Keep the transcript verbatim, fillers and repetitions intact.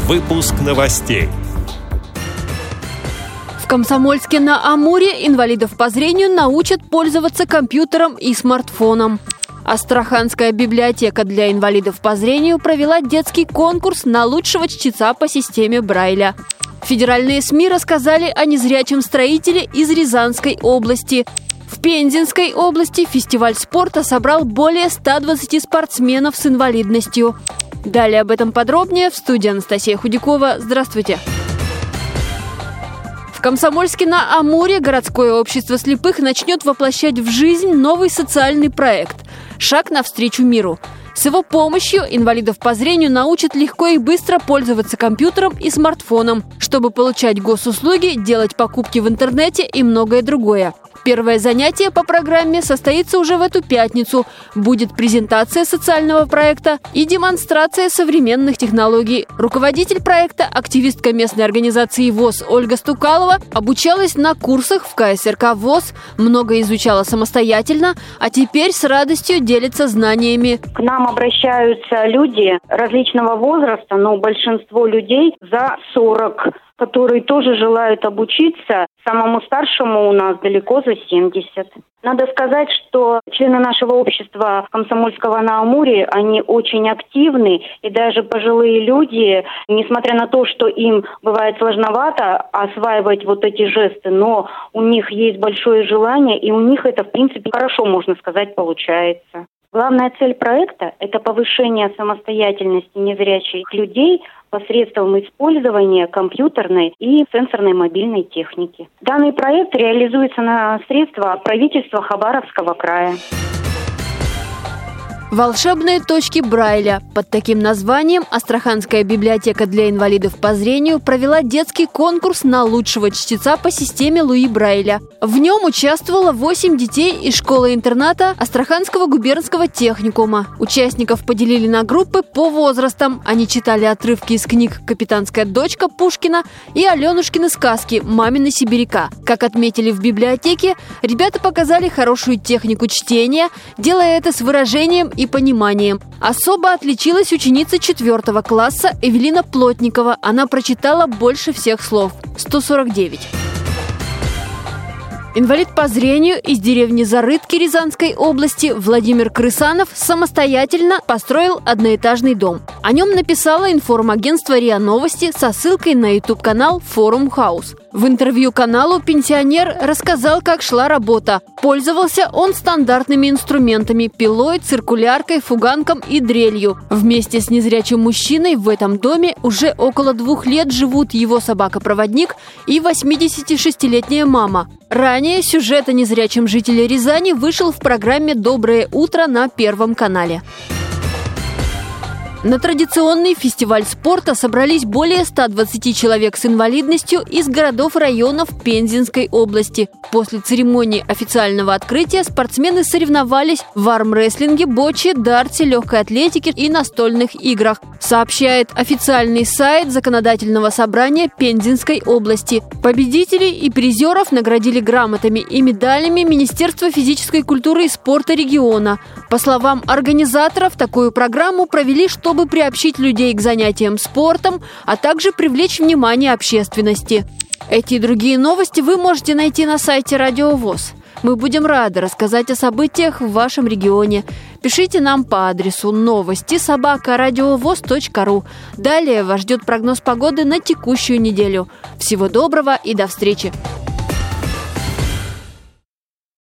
Выпуск новостей. В Комсомольске-на-Амуре инвалидов по зрению научат пользоваться компьютером и смартфоном. Астраханская библиотека для инвалидов по зрению провела детский конкурс на лучшего чтеца по системе Брайля. Федеральные СМИ рассказали о незрячем строителе из Рязанской области. В Пензенской области фестиваль спорта собрал более ста двадцати спортсменов с инвалидностью. Далее об этом подробнее в студии Анастасия Худякова. Здравствуйте! В Комсомольске-на-Амуре городское общество слепых начнет воплощать в жизнь новый социальный проект «Шаг навстречу миру». С его помощью инвалидов по зрению научат легко и быстро пользоваться компьютером и смартфоном, чтобы получать госуслуги, делать покупки в интернете и многое другое. Первое занятие по программе состоится уже в эту пятницу. Будет презентация социального проекта и демонстрация современных технологий. Руководитель проекта, активистка местной организации ВОС Ольга Стукалова, обучалась на курсах в ка эс эр ка ВОС, много изучала самостоятельно, а теперь с радостью делится знаниями. К нам обращаются люди различного возраста, но большинство людей за сорок, которые тоже желают обучиться. Самому старшему у нас далеко за семьдесят. Надо сказать, что члены нашего общества Комсомольского на Амуре, они очень активны, и даже пожилые люди, несмотря на то, что им бывает сложновато осваивать вот эти жесты, но у них есть большое желание, и у них это, в принципе, хорошо, можно сказать, получается. Главная цель проекта – это повышение самостоятельности незрячих людей посредством использования компьютерной и сенсорной мобильной техники. Данный проект реализуется на средства правительства Хабаровского края. Волшебные точки Брайля. Под таким названием Астраханская библиотека для инвалидов по зрению провела детский конкурс на лучшего чтеца по системе Луи Брайля. В нем участвовало восемь детей из школы-интерната Астраханского губернского техникума. Участников поделили на группы по возрастам. Они читали отрывки из книг «Капитанская дочка» Пушкина и Аленушкины сказки «Мамины сибиряка». Как отметили в библиотеке, ребята показали хорошую технику чтения, делая это с выражением и пониманием. Особо отличилась ученица четвертого класса Эвелина Плотникова. Она прочитала больше всех слов – сто сорок девять. Инвалид по зрению из деревни Зарытки Рязанской области Владимир Крысанов самостоятельно построил одноэтажный дом. О нем написало информагентство РИА Новости со ссылкой на ютуб-канал Форум Хаус. В интервью каналу пенсионер рассказал, как шла работа. Пользовался он стандартными инструментами – пилой, циркуляркой, фуганком и дрелью. Вместе с незрячим мужчиной в этом доме уже около двух лет живут его собака-проводник и восьмидесятишестилетняя мама. Ранее сюжет о незрячем жителе Рязани вышел в программе «Доброе утро» на Первом канале. На традиционный фестиваль спорта собрались более ста двадцати человек с инвалидностью из городов и районов Пензенской области. После церемонии официального открытия спортсмены соревновались в армрестлинге, боче, дарте, легкой атлетике и настольных играх, сообщает официальный сайт Законодательного собрания Пензенской области. Победителей и призеров наградили грамотами и медалями Министерства физической культуры и спорта региона. По словам организаторов, такую программу провели, чтобы чтобы приобщить людей к занятиям спортом, а также привлечь внимание общественности. Эти и другие новости вы можете найти на сайте Радио ВОС. Мы будем рады рассказать о событиях в вашем регионе. Пишите нам по адресу новости собака радиовос точка ру. Далее вас ждет прогноз погоды на текущую неделю. Всего доброго и до встречи!